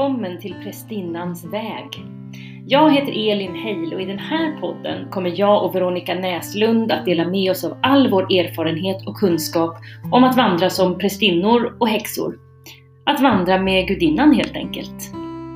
välkommen till Prästinnans väg. Jag heter Elin Heil och i den här podden kommer jag och Veronica Näslund att dela med oss av all vår erfarenhet och kunskap om att vandra som prästinnor och häxor. Att vandra med gudinnan helt enkelt.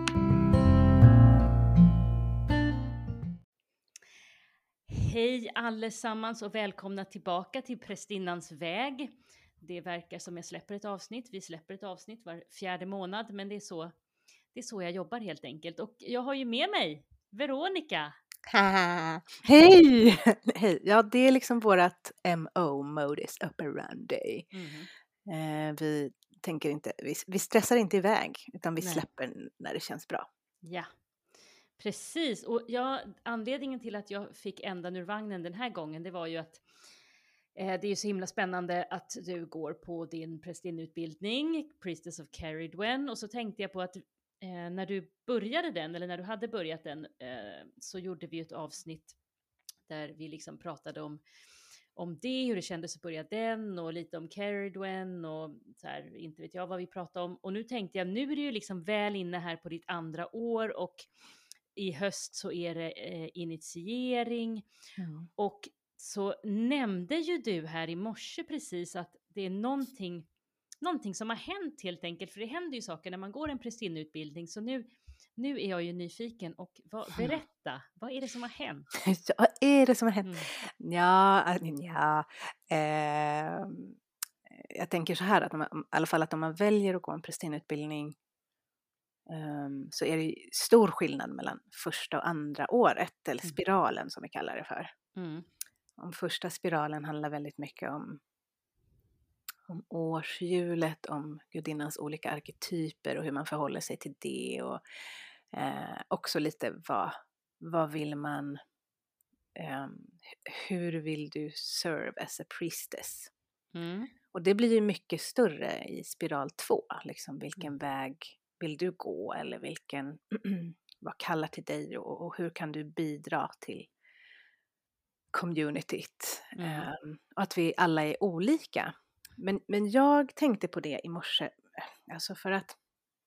Hej allesammans och välkomna tillbaka till Prästinnans väg. Det verkar som jag släpper ett avsnitt. Vi släpper ett avsnitt var 4:e månad, men det är så jag jobbar helt enkelt. Och jag har ju med mig Veronica. Hej! Hej! Ja, det är liksom vårat MO, modus operandi. Vi tänker inte, vi stressar inte iväg, utan vi släpper när det känns bra. Ja, precis. Och anledningen till att jag fick ändan ur vagnen den här gången, det var ju att det är så himla spännande att du går på din prästinnutbildning, Priestess of Caridwen, och så tänkte jag på att när du började den, eller när du hade börjat den, så gjorde vi ett avsnitt där vi liksom pratade om det, hur det kändes att börja den och lite om Caridwen och så här, inte vet jag vad vi pratade om. Och nu tänkte jag, nu är du ju liksom väl inne här på ditt andra år och i höst så är det initiering. Och så nämnde ju du här i morse precis att det är någonting som har hänt helt enkelt. För det händer ju saker när man går en prästinnutbildning. Så nu är jag ju nyfiken och berätta, vad är det som har hänt? Vad är det som har hänt? Jag tänker så här att i alla fall att om man väljer att gå en prästinnutbildning så är det stor skillnad mellan första och andra året, eller spiralen som vi kallar det för. Om första spiralen handlar väldigt mycket om årshjulet, om gudinnans olika arketyper och hur man förhåller sig till det, och också lite vad vill man, hur vill du serve as a priestess? Och det blir ju mycket större i spiral 2, liksom vilken väg vill du gå, eller vad kallar till dig, och hur kan du bidra till communityt, och att vi alla är olika. Men jag tänkte på det i morse, alltså för att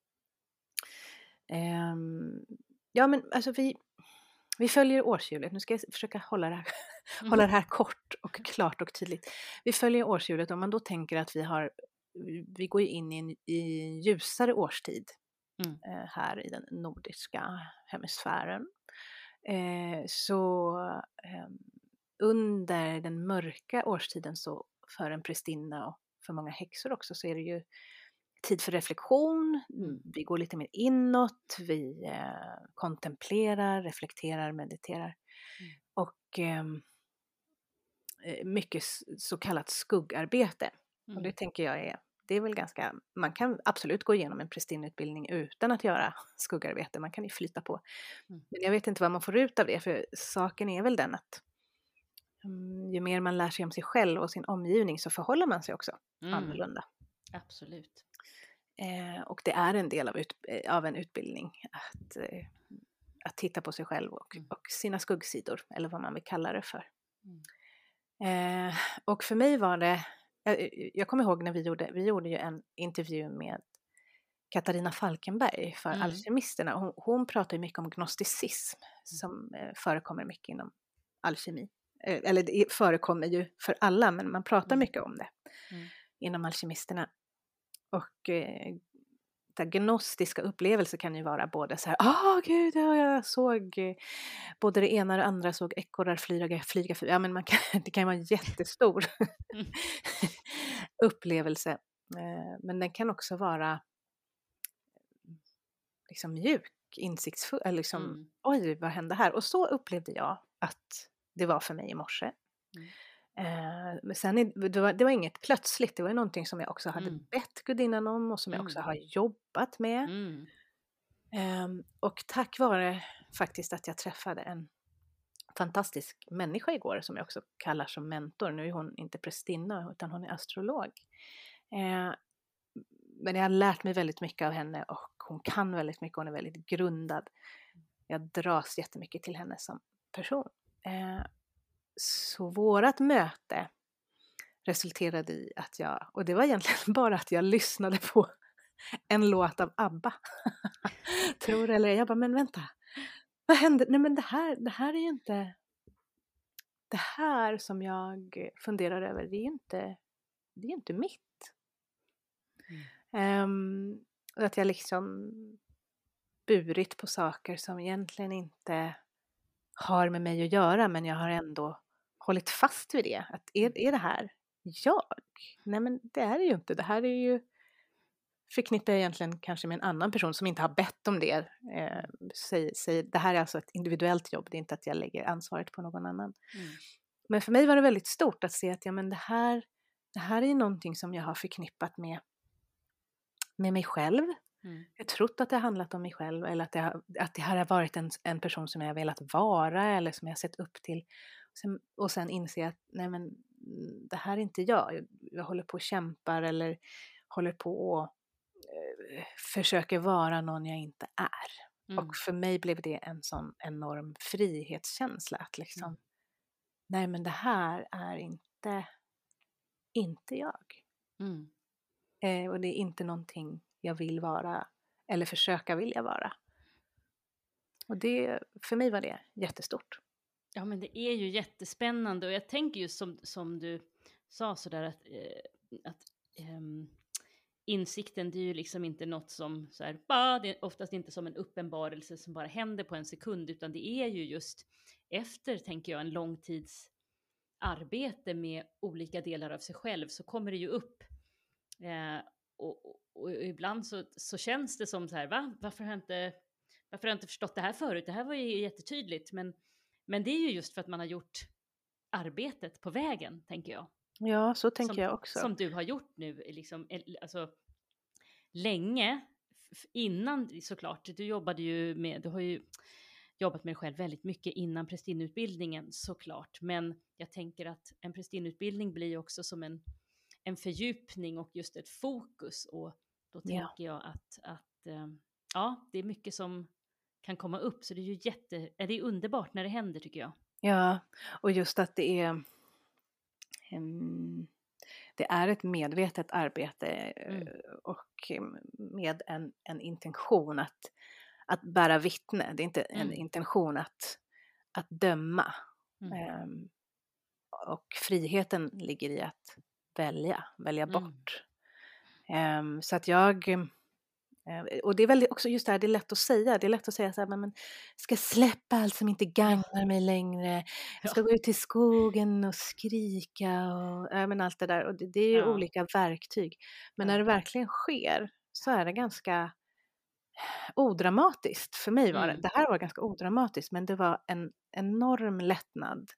vi följer årshjulet. Nu ska jag försöka hålla det här kort och klart och tydligt. Vi följer årshjulet, om man då tänker att vi går in i en ljusare årstid här i den nordiska hemisfären. Så under den mörka årstiden, så för en prästinna och för många häxor också, så är det ju tid för reflektion. Vi går lite mer inåt, vi kontemplerar, reflekterar, mediterar. Och mycket så kallat skuggarbete. Och det tänker jag det är väl ganska, man kan absolut gå igenom en prästinnutbildning utan att göra skuggarbete, man kan ju flyta på. Men jag vet inte vad man får ut av det, för saken är väl den att ju mer man lär sig om sig själv och sin omgivning, så förhåller man sig också annorlunda. Absolut. Och det är en del av en utbildning att titta på sig själv och sina skuggsidor, eller vad man vill kalla det för. Och för mig var det, jag kommer ihåg när vi gjorde ju en intervju med Katarina Falkenberg för Alkemisterna. Hon pratar ju mycket om gnosticism som förekommer mycket inom alkemi. Eller det förekommer ju för alla, men man pratar mycket om det inom Alkemisterna. Och gnostiska upplevelser kan ju vara både så här, gud, jag såg både det ena och det andra, såg ekorrar flyga. Ja, men det kan ju vara en jättestor upplevelse. Men den kan också vara liksom mjuk, insiktsfull, eller liksom, oj, vad hände här? Och så upplevde jag att det var för mig i morse. Men sen det var inget plötsligt, det var någonting som jag också hade bett gudinnan om, och som jag också har jobbat med. Och tack vare faktiskt att jag träffade en fantastisk människa igår, som jag också kallar som mentor. Nu är hon inte prästinna, utan hon är astrolog. Men jag har lärt mig väldigt mycket av henne, och hon kan väldigt mycket, hon är väldigt grundad. Jag dras jättemycket till henne som person. Så vårat möte resulterade i att och det var egentligen bara att jag lyssnade på en låt av ABBA. Tror det eller ej. Jag bara, men vänta. Vad händer? Nej men det här är ju inte... Det här som jag funderar över, det är inte mitt. Och att jag liksom burit på saker som egentligen inte har med mig att göra, men jag har ändå hållit fast vid det. Att är det här jag? Nej men det är det ju inte. Det här är ju förknippar jag egentligen kanske med en annan person som inte har bett om det. Säger, det här är alltså ett individuellt jobb, det är inte att jag lägger ansvaret på någon annan. Men för mig var det väldigt stort att se att ja, men det här är ju någonting som jag har förknippat med mig själv. Jag har trott att det har handlat om mig själv, eller att det här har varit en person som jag har velat vara eller som jag har sett upp till. Och sen inse att nej men det här är inte jag. Jag håller på och kämpar eller håller på och försöker vara någon jag inte är. Och för mig blev det en sån enorm frihetskänsla att liksom nej men det här är inte jag. Och det är inte någonting jag vill vara eller försöka vilja vara. Och det, för mig var det jättestort. Ja men det är ju jättespännande och jag tänker ju som du sa sådär att insikten det är ju liksom inte något som så här, det är oftast inte som en uppenbarelse som bara händer på en sekund utan det är ju just efter tänker jag en lång tids arbete med olika delar av sig själv så kommer det ju upp och ibland så känns det som så här varför har jag inte förstått det här förut, det här var ju jättetydligt men det är ju just för att man har gjort arbetet på vägen tänker jag. Ja, så tänker jag också. Som du har gjort nu liksom, alltså länge innan såklart, du har ju jobbat med dig själv väldigt mycket innan prästinneutbildningen såklart, men jag tänker att en prästinneutbildning blir också som en fördjupning och just ett fokus och då tänker jag att det är mycket som kan komma upp så det är det är underbart när det händer tycker jag. Ja, och just att det är ett medvetet arbete och med en intention att bära vittne. Det är inte en intention att döma. Och friheten ligger i att välja bort. Så att och det är väldigt också just det här, det är lätt att säga så här, men ska släppa allt som inte gagnar mig längre, jag ska gå ut i skogen och skrika och men allt det där och det är ju olika verktyg, men när det verkligen sker så är det ganska odramatiskt för mig det här var ganska odramatiskt men det var en enorm lättnad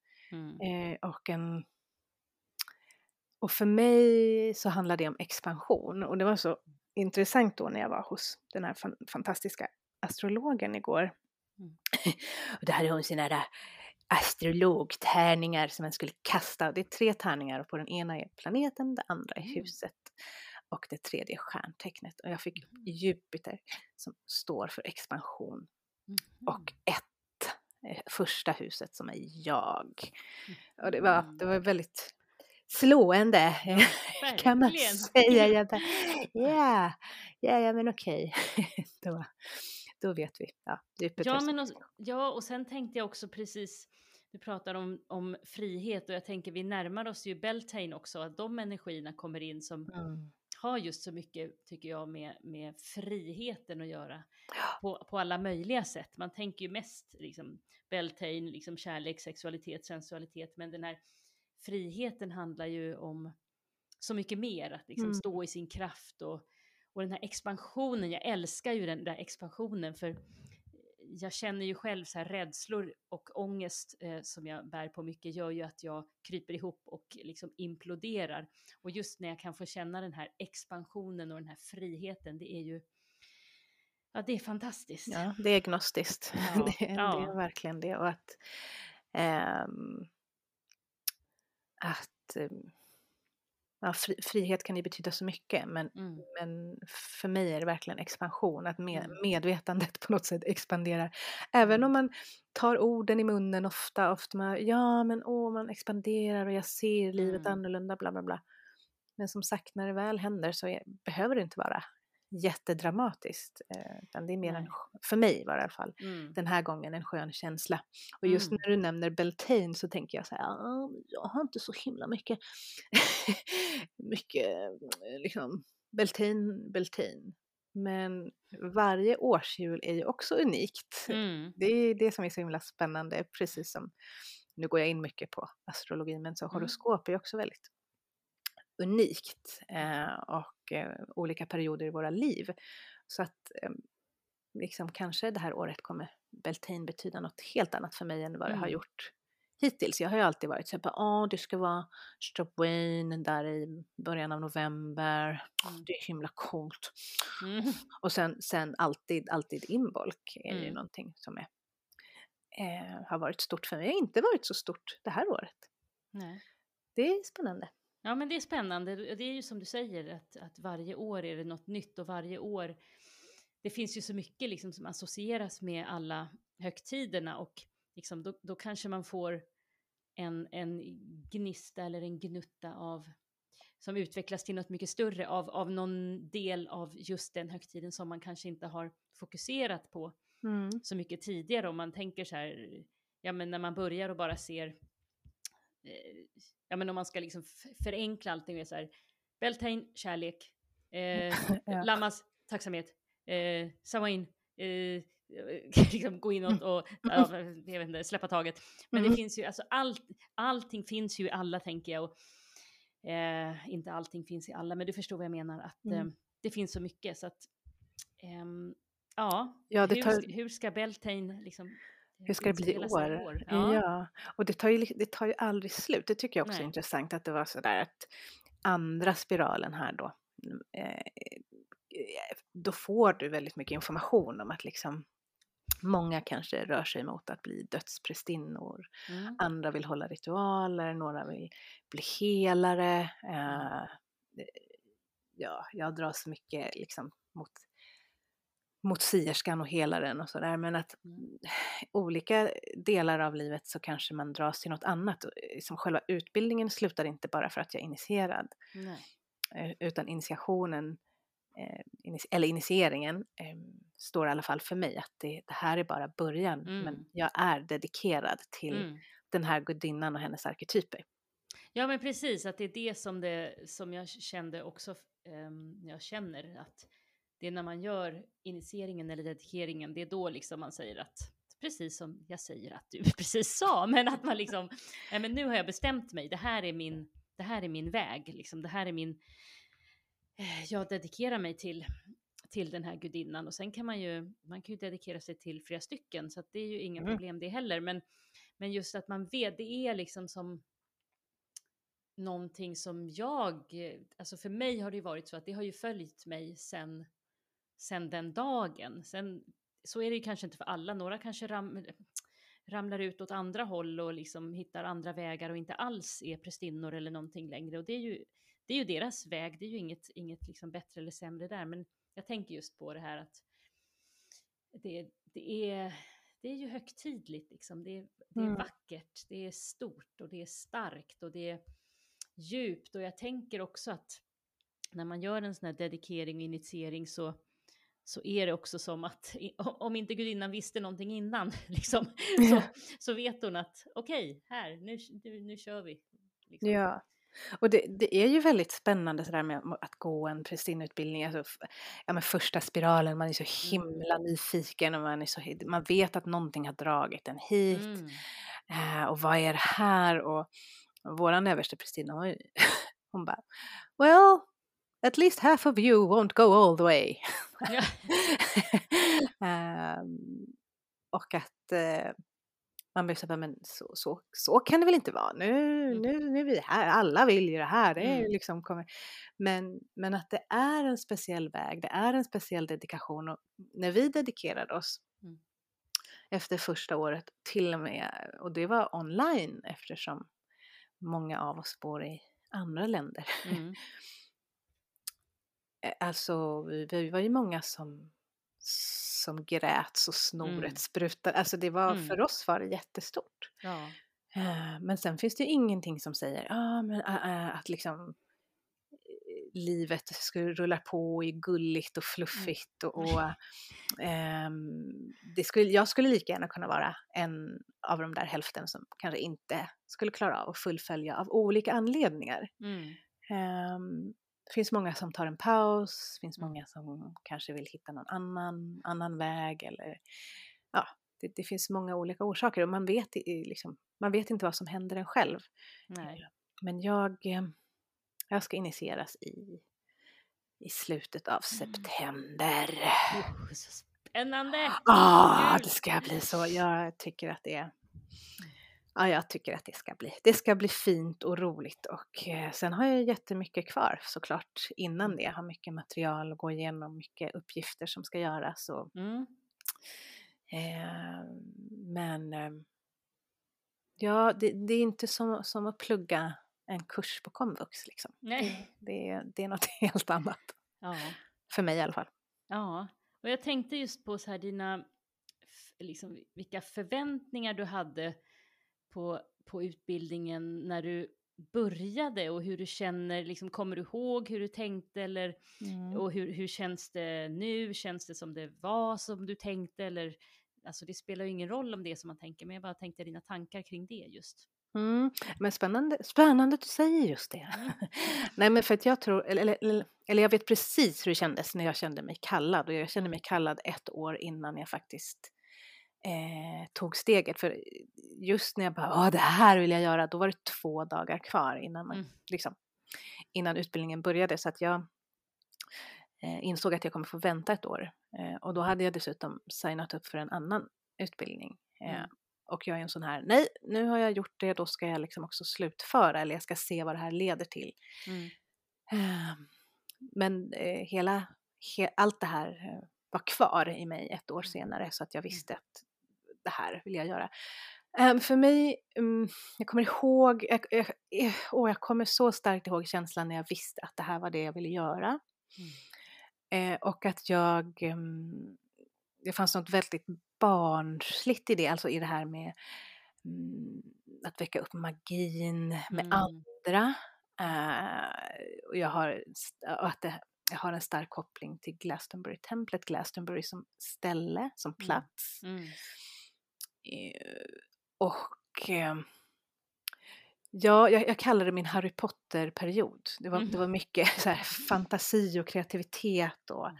och för mig så handlar det om expansion och det var så intressant då när jag var hos den här fantastiska astrologen igår. Och det hade hon sina där astrologtärningar som man skulle kasta. Det är 3 tärningar och på den ena är planeten, det andra är huset och det tredje är stjärntecknet. Och jag fick Jupiter som står för expansion och första huset som är jag. Och det var väldigt slående kan man säga. Jag bara, ja men okej. Då vet vi. Och sen tänkte jag också precis, du pratar om frihet och jag tänker vi närmar oss ju Beltane också, att de energierna kommer in som har just så mycket tycker jag med friheten att göra på alla möjliga sätt. Man tänker ju mest liksom Beltane, liksom kärlek, sexualitet, sensualitet, men den här friheten handlar ju om så mycket mer, att liksom stå i sin kraft och den här expansionen, jag älskar ju den där expansionen för jag känner ju själv så här rädslor och ångest som jag bär på mycket gör ju att jag kryper ihop och liksom imploderar och just när jag kan få känna den här expansionen och den här friheten det är ju det är fantastiskt. Ja, det är gnostiskt. Det är verkligen det och frihet kan ju betyda så mycket men för mig är det verkligen expansion att medvetandet på något sätt expanderar även om man tar orden i munnen ofta man expanderar och jag ser livet annorlunda bla bla bla men som sagt när det väl händer så behöver det inte vara jättedramatiskt. Utan det är mer Nej. för mig var det i alla fall, Mm. den här gången en skön känsla. Och just när du nämner Beltane så tänker jag så här, jag har inte så himla mycket, mycket liksom Beltane. Men varje årsjul är ju också unikt. Mm. Det är det som är så himla spännande, precis som, nu går jag in mycket på astrologi, men så horoskop är också väldigt unikt och olika perioder i våra liv. Så att liksom kanske det här året kommer Beltane betyda något helt annat för mig än vad det har gjort hittills. Jag har ju alltid varit så här, det ska vara Strathwain där i början av november. Det är himla coolt. Och sen alltid Imbolc är ju någonting som har varit stort för mig. Det har inte varit så stort det här året. Nej. Det är spännande. Ja, men det är spännande. Det är ju som du säger att varje år är det något nytt och varje år, det finns ju så mycket liksom som associeras med alla högtiderna och liksom då kanske man får en gnista eller en gnutta av som utvecklas till något mycket större av någon del av just den högtiden som man kanske inte har fokuserat på så mycket tidigare. Om man tänker så här, ja men när man börjar och bara ser ja men om man ska liksom förenkla allting är så här, Beltane, kärlek, Lammas, tacksamhet, Samhain, liksom gå inåt och jag vet inte, släppa taget. Men det finns ju, alltså allting finns ju i alla, tänker jag. Och, inte allting finns i alla, men du förstår vad jag menar. Att det finns så mycket. Så att, hur ska Beltane liksom... Hur ska det bli i år? Ja, och det tar ju aldrig slut. Det tycker jag också är intressant, att det var så där att andra spiralen här då får du väldigt mycket information om att liksom många kanske rör sig mot att bli dödsprästinnor. Andra vill hålla ritualer, några vill bli helare. Jag drar så mycket liksom mot sierskan och helaren och sådär, men att olika delar av livet så kanske man dras till något annat. Som själva utbildningen slutar inte bara för att jag är initierad. Utan initiationen eller initieringen står i alla fall för mig att det här är bara början, men jag är dedikerad till den här gudinnan och hennes arketyper. Ja, men precis, att det är det som jag kände också, jag känner att det är när man gör initieringen eller dedikeringen, det är då liksom man säger att, precis som jag säger att du precis sa, men att man liksom, men nu har jag bestämt mig, det här är min väg, liksom, det här är jag dedikerar mig till den här gudinnan, och sen kan man kan ju dedikera sig till flera stycken, så att det är ju inga problem det heller, men just att man vet, det är liksom som någonting som alltså för mig har det varit så att det har ju följt mig sen den dagen. Sen så är det ju kanske inte för alla, några kanske ramlar ut åt andra håll och liksom hittar andra vägar och inte alls är prästinnor eller någonting längre, och det är ju deras väg, det är ju inget liksom bättre eller sämre där, men jag tänker just på det här att det är ju högtidligt liksom, det är vackert, det är stort och det är starkt och det är djupt, och jag tänker också att när man gör en sån här dedikering och initiering så är det också som att om inte gudinnan visste någonting innan liksom, så vet hon att okej, här, nu kör vi. Liksom. Ja, och det är ju väldigt spännande sådär med att gå en prästinneutbildning. Alltså, men första spiralen, man är så himla nyfiken och man vet att någonting har dragit en hit. Och vad är det här? Och våran överste prästinna, hon bara, well, at least half of you won't go all the way. Och att man blir så, men så kan det väl inte vara. Nu är vi här, alla vill ju det här. Det är liksom, men att det är en speciell väg, det är en speciell dedikation. Och när vi dedikerade oss efter första året, till och med, och det var online eftersom många av oss bor i andra länder. Alltså vi var ju många som grät så snoret sprutade. Alltså det var, för oss var det jättestort. Ja. Men sen finns det ju ingenting som säger men att liksom livet skulle rulla på i gulligt och fluffigt och jag skulle lika gärna kunna vara en av de där hälften som kanske inte skulle klara av att fullfölja av olika anledningar. Det finns många som tar en paus, det finns många som kanske vill hitta någon annan väg, eller ja, det finns många olika orsaker, och man vet inte vad som händer en själv. Nej. Men jag ska initieras i slutet av september. Så spännande! Det ska bli så. Jag tycker att det ska bli fint och roligt, och sen har jag jättemycket kvar såklart innan det. Jag har mycket material att gå igenom, mycket uppgifter som ska göras. Och, men ja, det är inte som att plugga en kurs på komvux liksom. Nej. Det är något helt annat. Ja. För mig i alla fall. Ja, och jag tänkte just på så här dina, liksom, vilka förväntningar du hade på utbildningen när du började, och hur du känner, liksom, kommer du ihåg hur du tänkte, eller och hur känns det nu? Känns det som det var som du tänkte, eller alltså det spelar ju ingen roll om det är som man tänker, men jag bara tänkte dina tankar kring det just. Men spännande att du säger just det. Nej, men för att jag tror, eller jag vet precis hur det kändes när jag kände mig kallad, och jag kände mig kallad 1 år innan jag faktiskt tog steget. För just när jag bara, det här vill jag göra, då var det 2 dagar kvar innan utbildningen började, så att jag insåg att jag kommer få vänta 1 år, och då hade jag dessutom signat upp för en annan utbildning. Och jag är en sån här, nej, nu har jag gjort det, då ska jag liksom också slutföra, eller jag ska se vad det här leder till. Men allt det här var kvar i mig 1 år senare, så att jag visste att det här vill jag göra. För mig, jag kommer ihåg, jag kommer så starkt ihåg känslan när jag visste att det här var det jag ville göra. Och att det fanns något väldigt barnsligt i det, alltså i det här med att väcka upp magin med andra. Och jag har en stark koppling till Glastonbury-templet, Glastonbury som ställe, som plats. Och jag kallar det min Harry Potter-period. Det var mycket så här fantasi och kreativitet och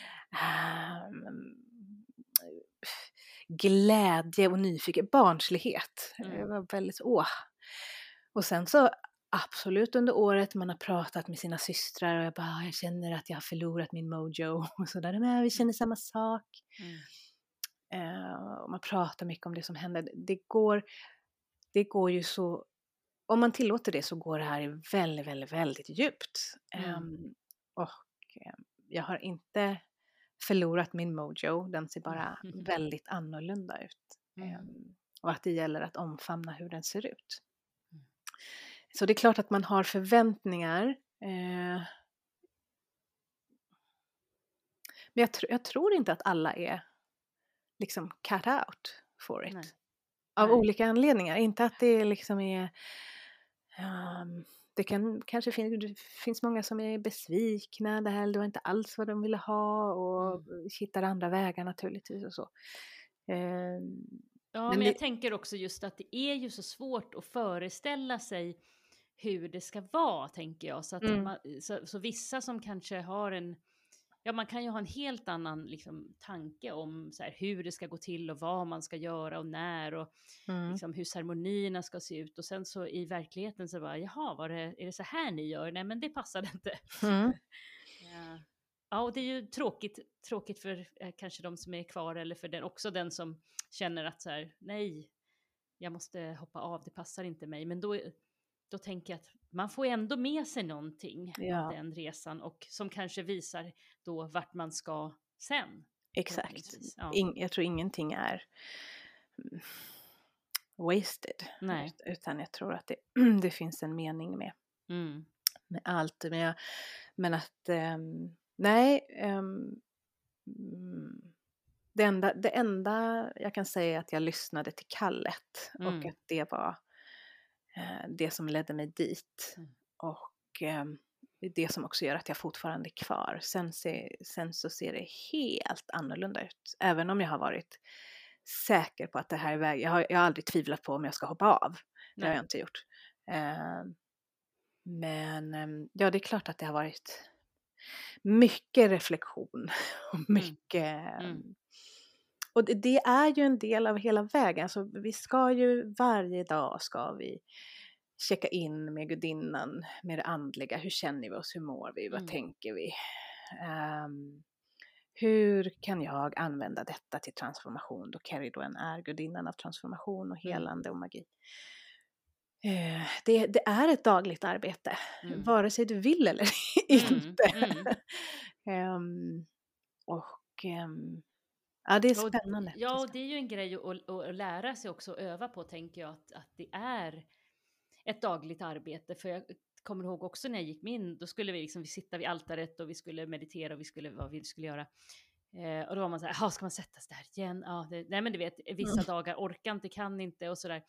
glädje och barnslighet. Det var väldigt Och sen så absolut under året man har pratat med sina systrar, och jag känner att jag har förlorat min mojo och sådär. Men vi känner samma sak. Och man pratar mycket om det som händer. Det går ju så, om man tillåter det, så går det här väldigt, väldigt, väldigt djupt. Och jag har inte förlorat min mojo, den ser bara väldigt annorlunda ut. Och att det gäller att omfamna hur den ser ut. Så det är klart att man har förväntningar. Men jag tror inte att alla är liksom cut out for it. Nej. Av olika anledningar. Inte att det liksom är... det kanske finns många som är besvikna. Det var inte alls vad de ville ha. Och hittar andra vägar naturligtvis och så. Men jag tänker också just att det är ju så svårt att föreställa sig hur det ska vara, tänker jag. Så, att så vissa som kanske har man kan ju ha en helt annan liksom, tanke om så här, hur det ska gå till och vad man ska göra och när, och liksom, hur ceremonierna ska se ut. Och sen så i verkligheten så bara, jaha, är det så här ni gör? Nej, men det passade inte. Ja, och det är ju tråkigt för kanske de som är kvar, eller för den som känner att så här, nej, jag måste hoppa av, det passar inte mig. Men då tänker jag att man får ändå med sig någonting av den resan, och som kanske visar då vart man ska sen. Exakt. Jag tror ingenting är wasted. Nej. Utan jag tror att det finns en mening med allt. Men att det enda jag kan säga är att jag lyssnade till kallet, och att det var det som ledde mig dit. Och det som också gör att jag fortfarande är kvar. Sen så ser det helt annorlunda ut. Även om jag har varit säker på att det här är vägen. Jag har aldrig tvivlat på om jag ska hoppa av. Det har jag inte gjort. Men ja, det är klart att det har varit mycket reflektion. Och mycket... Och det är ju en del av hela vägen. Alltså, vi ska ju varje dag checka in med gudinnan, med det andliga. Hur känner vi oss? Hur mår vi? Vad tänker vi? Hur kan jag använda detta till transformation? Då Keridwen är gudinnan av transformation och helande och magi. Det är ett dagligt arbete, vare sig du vill eller inte. Ja, det är spännande. Ja, och det är ju en grej att lära sig också, att öva på, tänker jag, att det är ett dagligt arbete. För jag kommer ihåg också när jag gick in, då skulle vi sitta vid altaret och vi skulle meditera och vad vi skulle göra. Och då var man så här, ska man sätta sig där igen? Ja, nej men du vet, vissa dagar orkar inte, kan inte och sådär.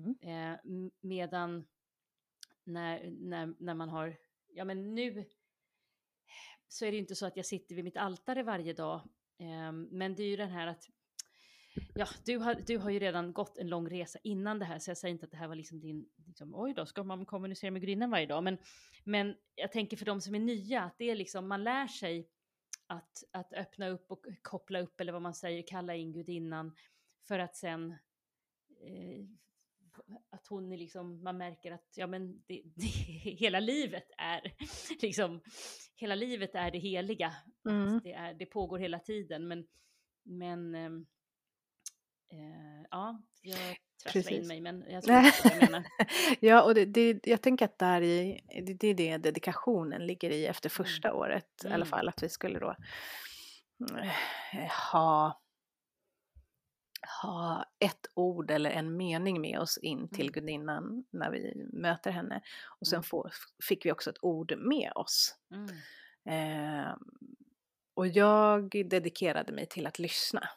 Medan när man har, ja men nu så är det inte så att jag sitter vid mitt altare varje dag. Men det är ju den här att, ja, du har ju redan gått en lång resa innan det här, så jag säger inte att det här var liksom din, oj då, ska man kommunicera med gudinnan varje dag, men jag tänker för de som är nya, att det är liksom, man lär sig att öppna upp och koppla upp, eller vad man säger, kalla in gudinnan, för att sen att hon är liksom, man märker att ja men hela livet är liksom, hela livet är det heliga. Det pågår hela tiden, men ja, jag trasslar in mig, men jag tror inte vad jag menar. Ja, och jag tänker att det är det dedikationen ligger i efter första året i alla fall, att vi skulle då ha ett ord eller en mening med oss in till gudinnan när vi möter henne. Och sen fick vi också ett ord med oss. Och jag dedikerade mig till att lyssna.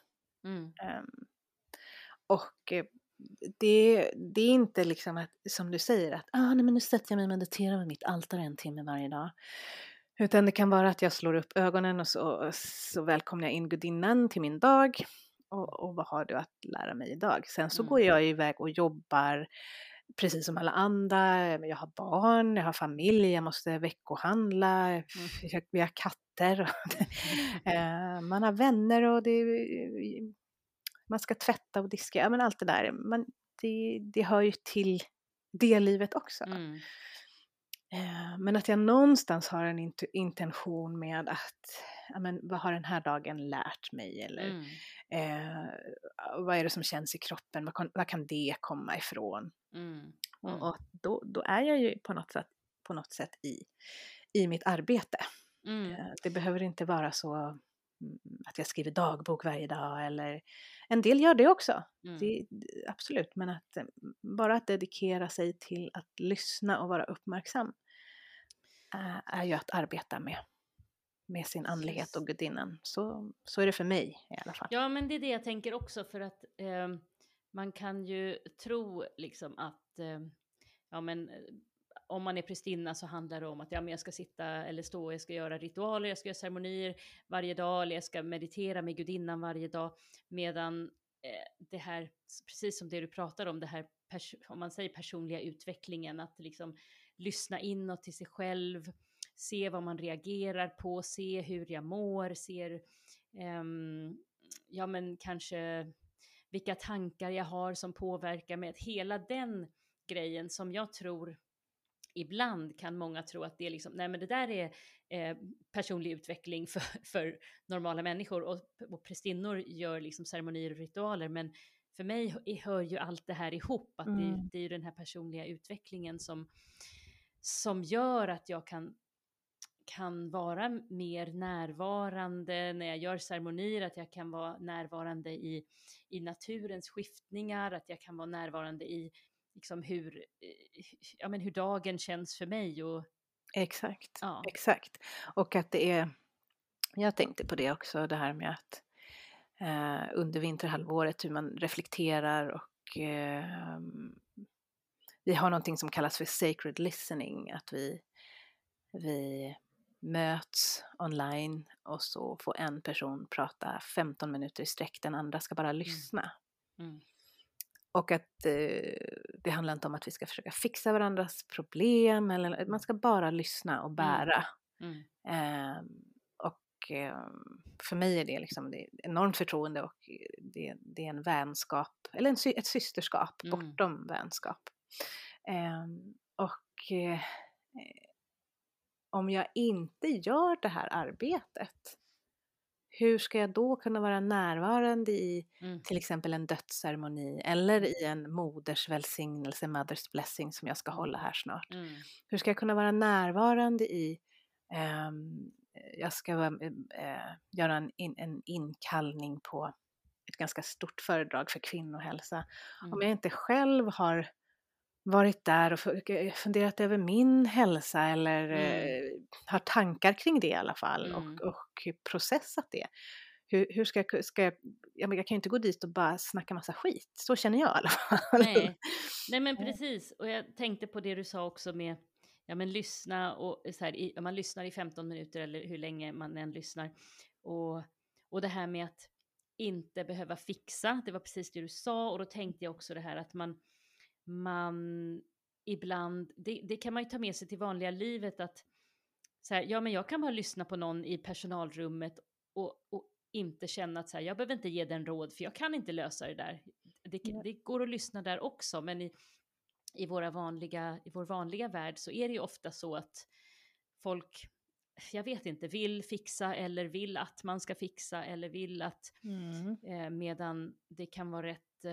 Och det är inte liksom att, som du säger, att nej, men nu sätter jag mig och mediterar vid mitt altare 1 timme varje dag. Utan det kan vara att jag slår upp ögonen och så välkomnar jag in gudinnan till min dag. Och vad har du att lära mig idag? Sen så går jag iväg och jobbar precis som alla andra. Jag har barn, jag har familj, jag måste veckohandla, vi har katter. Man har vänner och man ska tvätta och diska. Ja, men allt det där. Det hör ju till det livet också. Men att jag någonstans har en intention med att, ja, men vad har den här dagen lärt mig? Eller vad är det som känns i kroppen? Vad kan det komma ifrån? Och då är jag ju på något sätt i mitt arbete. Det behöver inte vara så att jag skriver dagbok varje dag, eller en del gör det också. Absolut, men att bara att dedikera sig till att lyssna och vara uppmärksam är ju att arbeta med sin andlighet och gudinnan. Så är det för mig i alla fall. Ja, men det är det jag tänker också, för att man kan ju tro liksom att ja, men om man är prästinna så handlar det om att ja, men jag ska sitta eller stå, jag ska göra ritualer, jag ska göra ceremonier varje dag, eller jag ska meditera med gudinnan varje dag, medan det här, precis som det du pratar om, det här om man säger personliga utvecklingen, att liksom lyssna inåt till sig själv, se vad man reagerar på, se hur jag mår, ja men kanske vilka tankar jag har som påverkar mig, att hela den grejen som jag tror ibland kan många tro att det är liksom, nej men det där är personlig utveckling för normala människor, och prästinnor gör liksom ceremonier och ritualer, men för mig hör ju allt det här ihop, att det är ju den här personliga utvecklingen som gör att jag kan vara mer närvarande när jag gör ceremonier, att jag kan vara närvarande i naturens skiftningar, att jag kan vara närvarande i liksom hur dagen känns för mig. Och Exakt. Och att det är, jag tänkte på det också, det här med att under vinterhalvåret hur man reflekterar, och vi har någonting som kallas för sacred listening, att vi vi möts online och så får en person prata 15 minuter i sträck, den andra ska bara lyssna. Och att det handlar inte om att vi ska försöka fixa varandras problem, eller man ska bara lyssna och bära. För mig är det liksom det är enormt förtroende, och det är en vänskap, eller ett systerskap bortom vänskap. Om jag inte gör det här arbetet, hur ska jag då kunna vara närvarande i till exempel en dödsceremoni eller i en moders välsignelse, mother's blessing, som jag ska hålla här snart? Hur ska jag kunna vara närvarande i jag ska göra en inkallning på ett ganska stort föredrag för kvinnohälsa. Om jag inte själv har varit där och funderat över min hälsa, eller har tankar kring det i alla fall, och processat det. Hur ska jag kan ju inte gå dit och bara snacka massa skit. Så känner jag i alla fall. Nej men precis. Och jag tänkte på det du sa också med lyssna, och så här, man lyssnar i 15 minuter eller hur länge man än lyssnar. Och det här med att inte behöva fixa, det var precis det du sa. Och då tänkte jag också det här att man ibland, det kan man ju ta med sig till vanliga livet, att så här, men jag kan bara lyssna på någon i personalrummet och inte känna att så här, jag behöver inte ge den råd, för jag kan inte lösa det där. Det går att lyssna där också, men i vår vanliga värld så är det ju ofta så att folk, jag vet inte, vill fixa eller vill att man ska fixa eller vill att medan det kan vara rätt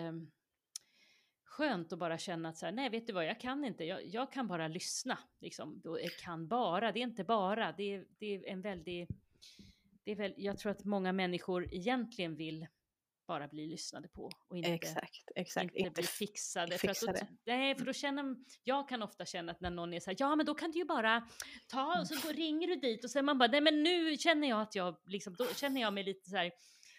skönt att bara känna att så här, nej vet du vad, jag kan inte, jag kan bara lyssna liksom. Jag kan bara, det är inte bara, det är en väldigt, det är väl, jag tror att många människor egentligen vill bara bli lyssnade på och inte bli fixade. För då känner jag, kan ofta känna att när någon är så här, ja men då kan du ju bara ta, och så ringer du dit och så man bara, nej men nu känner jag att jag liksom, då känner jag mig lite så här,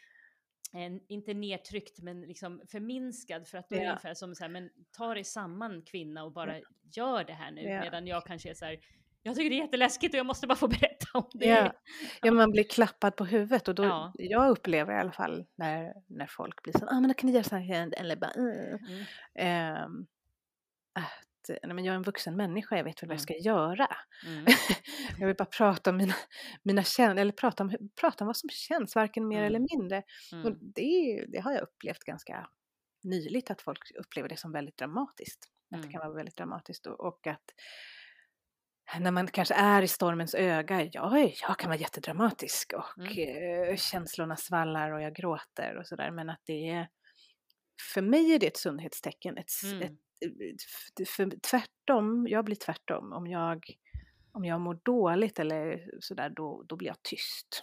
inte nedtryckt men liksom förminskad, för att då är det ungefär som så här, men ta dig samman kvinna och bara gör det här nu, medan jag kanske är så här, jag tycker det är jätteläskigt och jag måste bara få berätta om det. Ja, man blir klappad på huvudet, och då, jag upplever i alla fall när folk blir så, men då kan ni göra så här, eller bara men jag är en vuxen människa, jag vet vad jag ska göra. Jag vill bara prata om mina känslor, eller prata om vad som känns, varken mer eller mindre. Och det har jag upplevt ganska nyligt, att folk upplever det som väldigt dramatiskt. Att det kan vara väldigt dramatiskt, och att när man kanske är i stormens öga, jag kan vara jättedramatisk och känslorna svallar och jag gråter och sådär, men att det är, för mig är det ett sundhetstecken, tvärtom, jag blir tvärtom, om jag mår dåligt eller sådär, då blir jag tyst.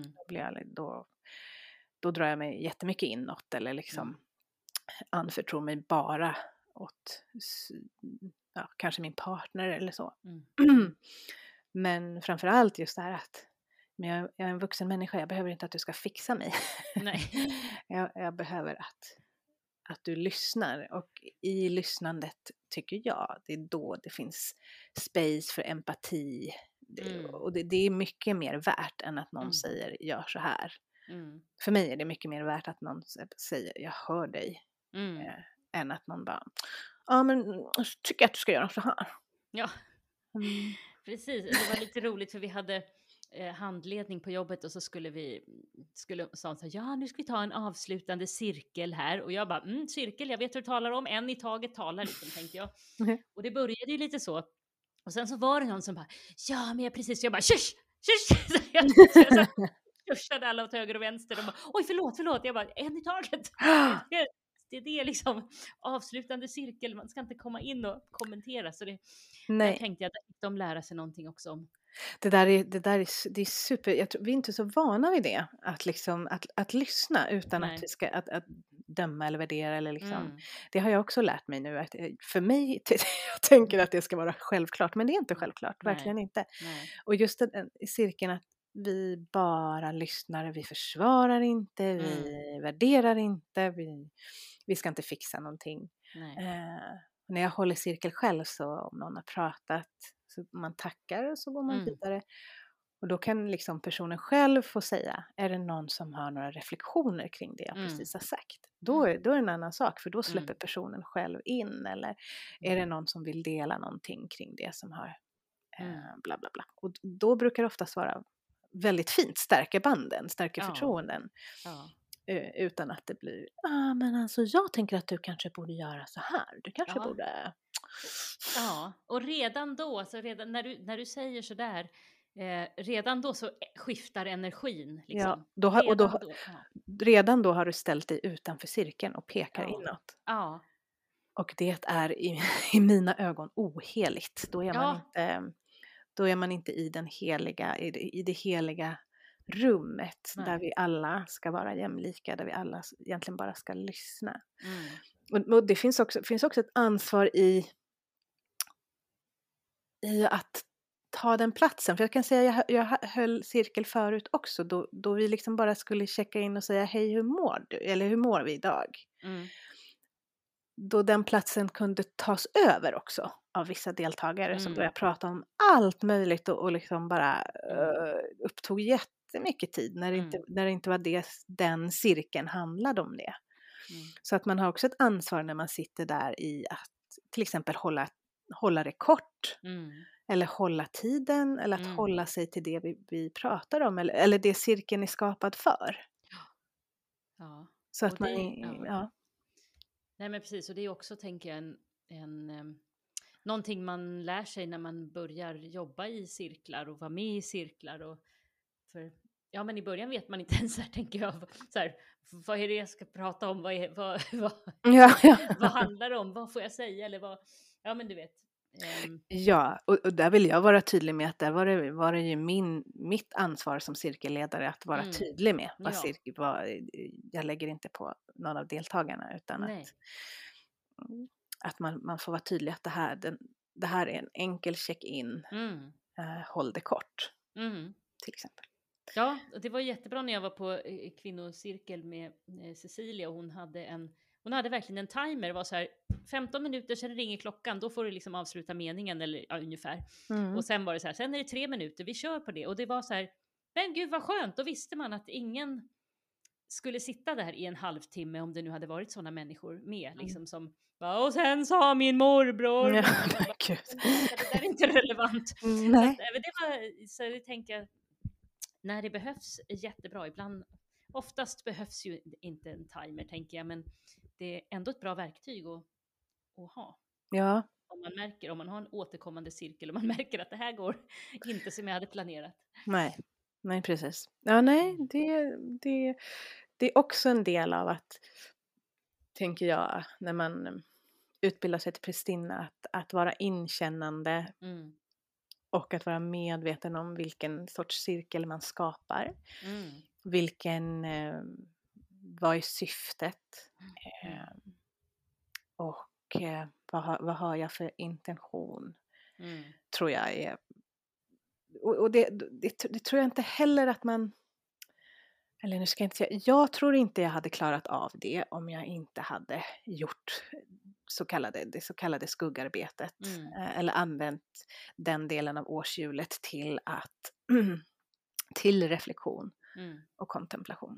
Då drar jag mig jättemycket inåt, eller liksom anförtror mig bara åt kanske min partner eller så. Men framförallt just det här att jag är en vuxen människa, jag behöver inte att du ska fixa mig. Nej. jag behöver att du lyssnar, och i lyssnandet tycker jag det är då det finns space för empati, och det är mycket mer värt än att någon säger gör så här. För mig är det mycket mer värt att någon säger jag hör dig, än att någon bara men jag tycker att du ska göra så här. Ja, precis. Det var lite roligt, för vi hade handledning på jobbet, och så skulle sa så här, ja nu ska vi ta en avslutande cirkel här, och jag bara, cirkel, jag vet hur du talar om, en i taget talar liksom, tänkte jag. Och det började ju lite så, och sen så var det någon som bara, ja men precis, jag bara, tjush! Så jag tjushade alla åt höger och vänster, och bara, oj förlåt, jag bara, en i taget. Det är liksom avslutande cirkel, man ska inte komma in och kommentera, så det tänkte jag att de lära sig någonting också om. Det är super, vi är inte så vana vid det, att liksom att lyssna utan att vi ska att döma eller värdera, eller liksom. Det har jag också lärt mig nu, att för mig, jag tänker att det ska vara självklart, men det är inte självklart, verkligen inte. Och just i cirkeln, att vi bara lyssnar, vi försvarar inte, vi värderar inte, vi ska inte fixa någonting. När jag håller cirkel själv, så om någon har pratat, så man tackar och så går man vidare. Och då kan liksom personen själv få säga, är det någon som har några reflektioner kring det jag precis har sagt? Då är det en annan sak, för då släpper personen själv in. Eller är det någon som vill dela någonting kring det som har bla bla bla. Och då brukar det oftast vara väldigt fint, stärker banden, stärker förtroenden. Ja. Utan att det blir, men alltså jag tänker att du kanske borde göra så här. Du kanske borde... Ja, och redan då, alltså redan när du säger sådär, redan då så skiftar energin. Liksom. Ja, redan då har du ställt dig utanför cirkeln och pekar inåt. Ja. Och det är i mina ögon oheligt. Då är man inte i det heliga rummet. Nej. Där vi alla ska vara jämlika, där vi alla egentligen bara ska lyssna. Och det finns också ett ansvar i att ta den platsen. För jag kan säga, jag höll cirkel förut också, då vi liksom bara skulle checka in och säga, hej, hur mår du? Eller hur mår vi idag? Då den platsen kunde tas över också av vissa deltagare som började prata om allt möjligt och liksom bara upptog jättemycket tid när det inte var den cirkeln handlade om det. Så att man har också ett ansvar när man sitter där i att till exempel hålla det kort eller hålla tiden eller att hålla sig till det vi pratar om eller det cirkeln är skapad för. Ja. Så att Nej men precis, och det är också, tänker jag, någonting man lär sig när man börjar jobba i cirklar och vara med i cirklar. Men i början vet man inte ens, tänker jag, vad är det jag ska prata om? Vad handlar det om? Vad får jag säga? Eller men du vet. Ja, och där vill jag vara tydlig med att där var det ju mitt ansvar som cirkelledare att vara tydlig med jag lägger inte på någon av deltagarna, utan att man får vara tydlig att det här är en enkel check-in, håll det kort till exempel. Ja, det var jättebra när jag var på kvinnocirkel med Cecilia, och hon hade verkligen en timer. Det var så här 15 minuter, sen ringer klockan, då får du liksom avsluta meningen eller ungefär. Och sen var det så här, sen är det 3 minuter, vi kör på det. Och det var så här, men gud vad skönt, då visste man att ingen skulle sitta där i en halvtimme, om det nu hade varit sådana människor med, liksom som, och sen sa min morbror. Ja, det där är inte relevant. Nej. Så jag tänker, när det behövs jättebra, oftast behövs ju inte en timer, tänker jag, men det är ändå ett bra verktyg att ha. Ja. Om man har en återkommande cirkel och man märker att det här går inte som jag hade planerat. Nej, precis. Ja, nej, det är också en del av att, tänker jag, när man utbildar sig till prästinna, att vara inkännande och att vara medveten om vilken sorts cirkel man skapar. Vad är syftet? Och vad har jag för intention? Tror jag är... Och det tror jag inte heller att man... Eller nu ska jag inte säga... Jag tror inte jag hade klarat av det om jag inte hade gjort det så kallade skuggarbetet. Eller använt den delen av årshjulet till reflektion och kontemplation.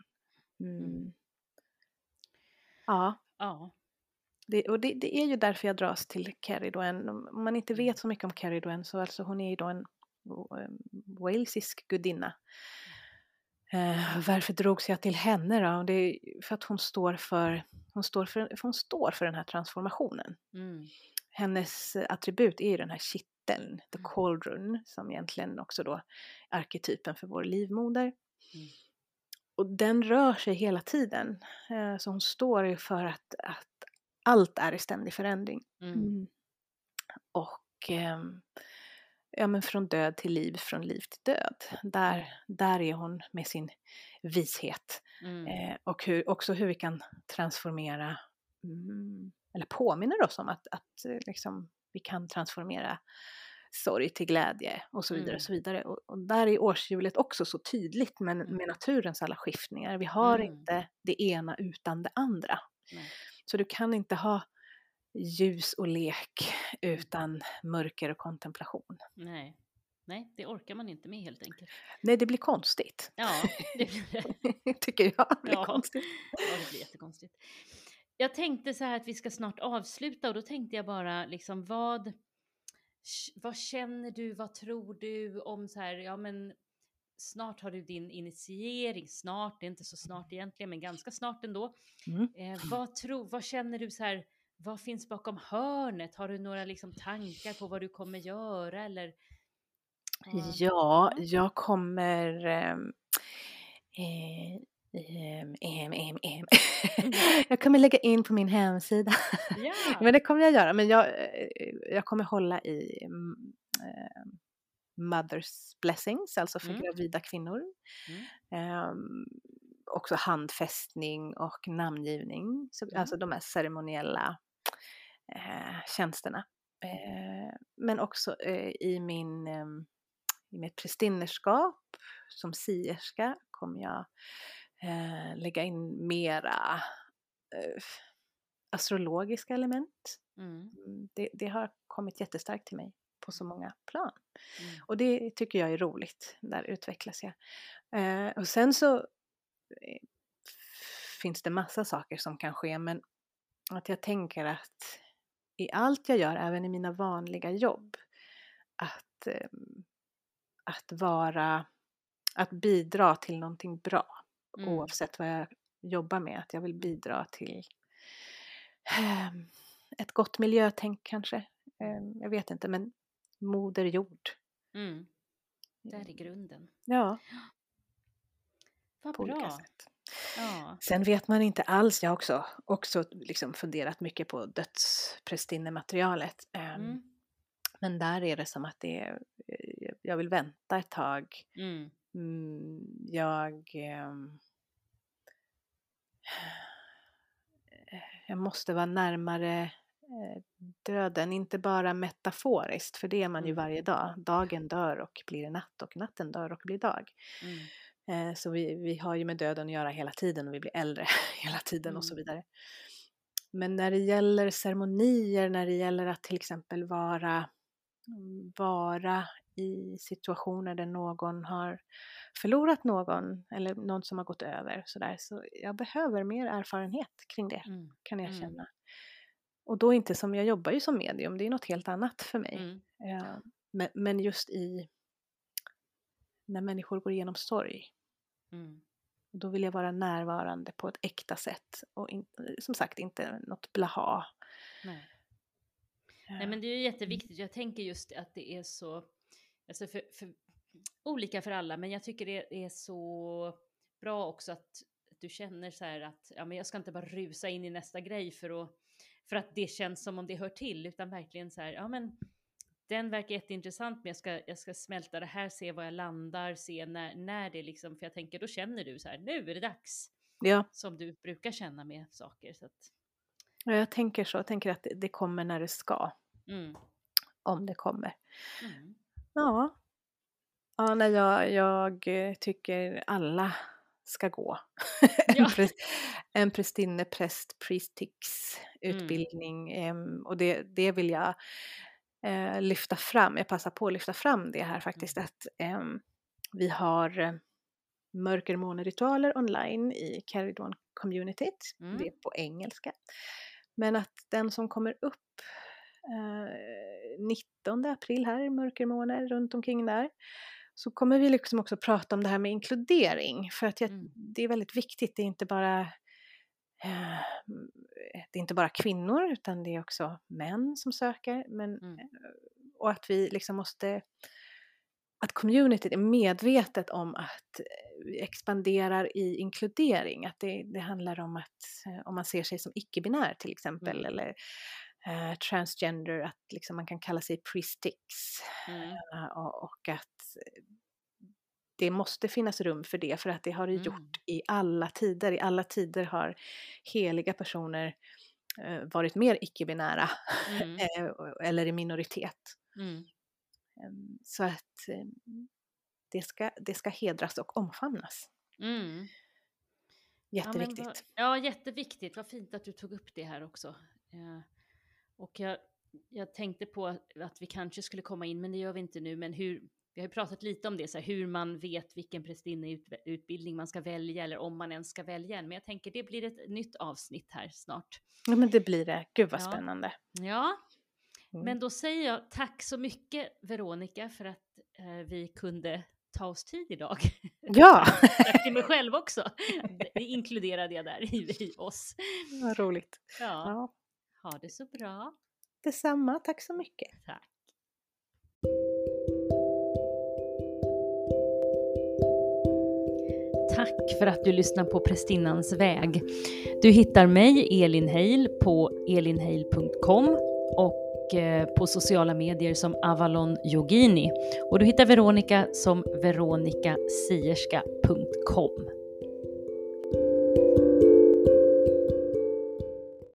Ja. Det är ju därför jag dras till Kerry Doan. Om man inte vet så mycket om Kerry Doan, så alltså hon är ju då en walesisk gudinna. Varför drogs jag till henne då? Det är för att hon står för den här transformationen. Hennes attribut är ju den här kitteln, the cauldron, som egentligen också då är arketypen för vår livmoder. Och den rör sig hela tiden. Så hon står ju för att allt är i ständig förändring. Och men från död till liv, från liv till död. Där är hon med sin vishet. Och hur vi kan transformera, eller påminner oss om att liksom, vi kan transformera sorg till glädje och så vidare. Och så vidare. Och där är årshjulet också så tydligt med naturens alla skiftningar. Vi har inte det ena utan det andra. Så du kan inte ha ljus och lek utan mörker och kontemplation. Nej. Nej, det orkar man inte med helt enkelt. Nej, det blir konstigt. Ja, det blir det. Tycker jag. Det blir Ja. konstigt. Ja, det blir jättekonstigt. Jag tänkte så här att vi ska snart avsluta och då tänkte jag bara liksom vad känner du, vad tror du om så här, ja men snart har du din initiering, snart, det är inte så snart egentligen men ganska snart ändå. Mm. Vad känner du så här, vad finns bakom hörnet? Har du några liksom tankar på vad du kommer göra eller? Ja, jag kommer jag kommer lägga in på min hemsida. Ja. Men det kommer jag göra. Men jag kommer hålla i Mother's Blessings, alltså för gravida kvinnor. Också handfästning och namngivning. Alltså de här ceremoniella tjänsterna. Men också i mitt prästinnerskap som sierska kommer jag lägga in mera astrologiska element. Det har kommit jättestarkt till mig på så många plan. Och det tycker jag är roligt. Där utvecklas jag. Och sen så finns det massa saker som kan ske, men att jag tänker att i allt jag gör, även i mina vanliga jobb, att bidra till någonting bra, oavsett vad jag jobbar med, att jag vill bidra till ett gott miljötänk kanske, jag vet inte, men moder jord. Där är grunden. Ja. Vad på olika bra. sätt. Ja. Sen vet man inte alls, jag har också liksom funderat mycket på dödsprästinnematerialet. Men där är det som att jag vill vänta ett tag. Jag måste vara närmare döden, inte bara metaforiskt, för det är man ju varje dag. Dagen dör och blir natt och natten dör och blir dag. Så vi har ju med döden att göra hela tiden och vi blir äldre hela tiden och så vidare. Men när det gäller ceremonier, när det gäller att till exempel vara i situationer där någon har förlorat någon eller någon som har gått över så jag behöver mer erfarenhet kring det, kan jag känna. Och då inte som, jag jobbar ju som medium, det är något helt annat för mig. Men just när människor går igenom sorg, då vill jag vara närvarande på ett äkta sätt och som sagt inte något blaha. Nej, men det är ju jätteviktigt. Jag tänker just att det är så, alltså för olika för alla, men jag tycker det är så bra också att du känner så här att ja, men jag ska inte bara rusa in i nästa grej för att det känns som om det hör till, utan verkligen så här, ja men den verkar jätteintressant, men jag ska smälta det här, se var jag landar, se när det liksom, för jag tänker då känner du så här, nu är det dags. Ja. Som du brukar känna med saker. Så att... Ja, jag tänker så. Jag tänker att det kommer när det ska. Om det kommer. Ja. Ja, när jag tycker alla ska gå. En prästinne, präst, priestix utbildning. Och det vill jag lyfta fram. Jag passar på att lyfta fram det här faktiskt. Att vi har mörkermåneritualer online i Caridon-communityt. Det är på engelska. Men att den som kommer upp 19 april här, mörkermåner runt omkring där, så kommer vi liksom också prata om det här med inkludering. För att det är väldigt viktigt. Det är inte bara kvinnor, utan det är också män som söker. Och att vi liksom att communityt är medvetet om att vi expanderar i inkludering. Att det handlar om att om man ser sig som icke-binär till exempel, eller transgender, att liksom man kan kalla sig priestix. Och att det måste finnas rum för det, för att det har det gjort i alla tider. I alla tider har heliga personer varit mer icke-binära eller i minoritet. Så att det ska hedras och omfamnas. Jätteviktigt. Ja, jätteviktigt. Vad fint att du tog upp det här också. Och jag tänkte på att vi kanske skulle komma in, men det gör vi inte nu. Men vi har ju pratat lite om det, så här, hur man vet vilken prästinneutbildning man ska välja, eller om man ens ska välja en. Men jag tänker det blir ett nytt avsnitt här snart. Ja, men det blir det. Gud vad spännande. Ja, men då säger jag tack så mycket Veronica för att vi kunde ta oss tid idag. Ja! Tack till mig själv också. Det inkluderade jag där i oss. Vad roligt. Ja. Ha det så bra. Detsamma, tack så mycket. Tack. Tack för att du lyssnar på Prästinnans väg. Du hittar mig, Elin Heil, på elinheil.com och på sociala medier som Avalon Yogini. Och du hittar Veronica som veronicasierska.com.